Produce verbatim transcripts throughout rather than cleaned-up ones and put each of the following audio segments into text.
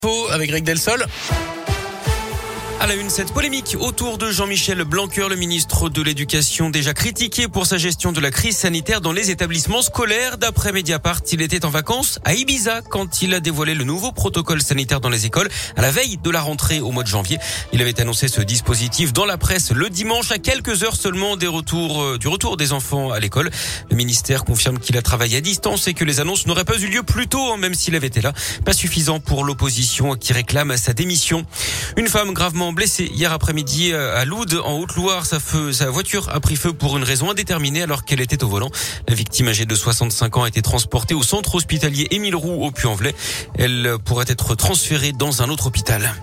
Avec Greg Delsol. À la une, cette polémique autour de Jean-Michel Blanquer, le ministre de l'Éducation, déjà critiqué pour sa gestion de la crise sanitaire dans les établissements scolaires. D'après Mediapart, il était en vacances à Ibiza quand il a dévoilé le nouveau protocole sanitaire dans les écoles à la veille de la rentrée au mois de janvier. Il avait annoncé ce dispositif dans la presse le dimanche à quelques heures seulement des retours, euh, du retour des enfants à l'école. Le ministère confirme qu'il a travaillé à distance et que les annonces n'auraient pas eu lieu plus tôt, hein, même s'il avait été là. Pas suffisant pour l'opposition qui réclame sa démission. Une femme gravement blessée hier après-midi à Loud, en Haute-Loire. Sa, feu, sa voiture a pris feu pour une raison indéterminée alors qu'elle était au volant. La victime âgée de soixante-cinq ans a été transportée au centre hospitalier Émile Roux au Puy-en-Velay. Elle pourrait être transférée dans un autre hôpital.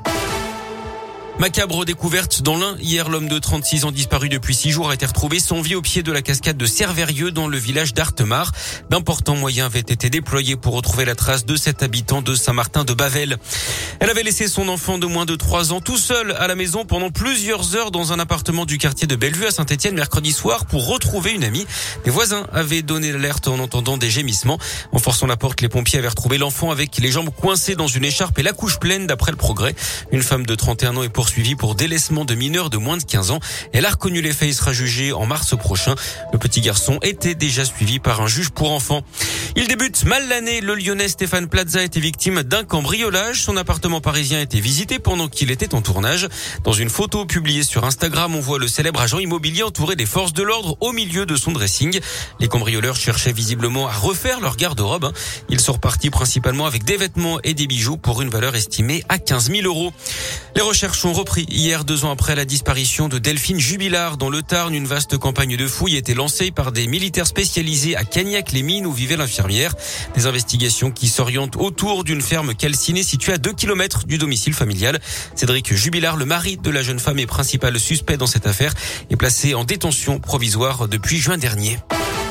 Macabre découverte dans l'Ain. Hier, l'homme de trente-six ans disparu depuis six jours a été retrouvé sans vie au pied de la cascade de Serverieux dans le village d'Artemar. D'importants moyens avaient été déployés pour retrouver la trace de cet habitant de Saint-Martin-de-Bavel. Elle avait laissé son enfant de moins de trois ans tout seul à la maison pendant plusieurs heures dans un appartement du quartier de Bellevue à Saint-Étienne mercredi soir pour retrouver une amie. Les voisins avaient donné l'alerte en entendant des gémissements. En forçant la porte, les pompiers avaient retrouvé l'enfant avec les jambes coincées dans une écharpe et la couche pleine d'après le Progrès. Une femme de trente et un ans est poursuivie pour délaissement de mineurs de moins de quinze ans. Elle a reconnu les faits et sera jugée en mars prochain. Le petit garçon était déjà suivi par un juge pour enfants. Il débute mal l'année. Le Lyonnais Stéphane Plaza était victime d'un cambriolage. Son appartement parisien a été visité pendant qu'il était en tournage. Dans une photo publiée sur Instagram, on voit le célèbre agent immobilier entouré des forces de l'ordre au milieu de son dressing. Les cambrioleurs cherchaient visiblement à refaire leur garde-robe. Ils sont repartis principalement avec des vêtements et des bijoux pour une valeur estimée à quinze mille euros. Les recherches ont repris hier, deux ans après la disparition de Delphine Jubilard dans le Tarn. Une vaste campagne de fouilles a été lancée par des militaires spécialisés à Cagnac-les-Mines où vivait l'infirmière. Des investigations qui s'orientent autour d'une ferme calcinée située à deux kilomètres du domicile familial. Cédric Jubilard, le mari de la jeune femme et principal suspect dans cette affaire, est placé en détention provisoire depuis juin dernier.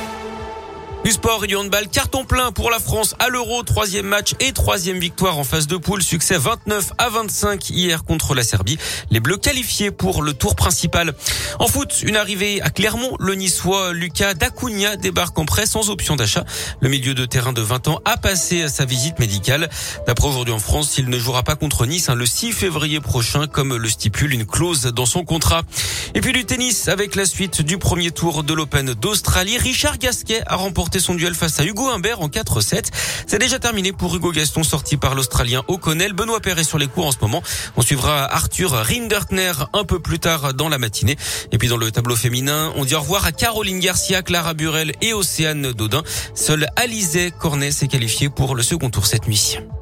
Du sport et du handball, carton plein pour la France à l'Euro, troisième match et troisième victoire en phase de poule, succès vingt-neuf à vingt-cinq hier contre la Serbie. Les Bleus qualifiés pour le tour principal. En foot, une arrivée à Clermont, le Niçois Lucas Dacunia débarque en prêt sans option d'achat. Le milieu de terrain de vingt ans a passé sa visite médicale. D'après Aujourd'hui en France, il ne jouera pas contre Nice hein, le six février prochain, comme le stipule une clause dans son contrat. Et puis du tennis avec la suite du premier tour de l'Open d'Australie. Richard Gasquet a remporté son duel face à Hugo Humbert en quatre sept. C'est déjà terminé pour Hugo Gaston, sorti par l'Australien O'Connell. Benoît Paire est sur les cours en ce moment. On suivra Arthur Rinderkner un peu plus tard dans la matinée. Et puis dans le tableau féminin, on dit au revoir à Caroline Garcia, Clara Burel et Océane Dodin. Seule Alizé Cornet s'est qualifiée pour le second tour cette nuit.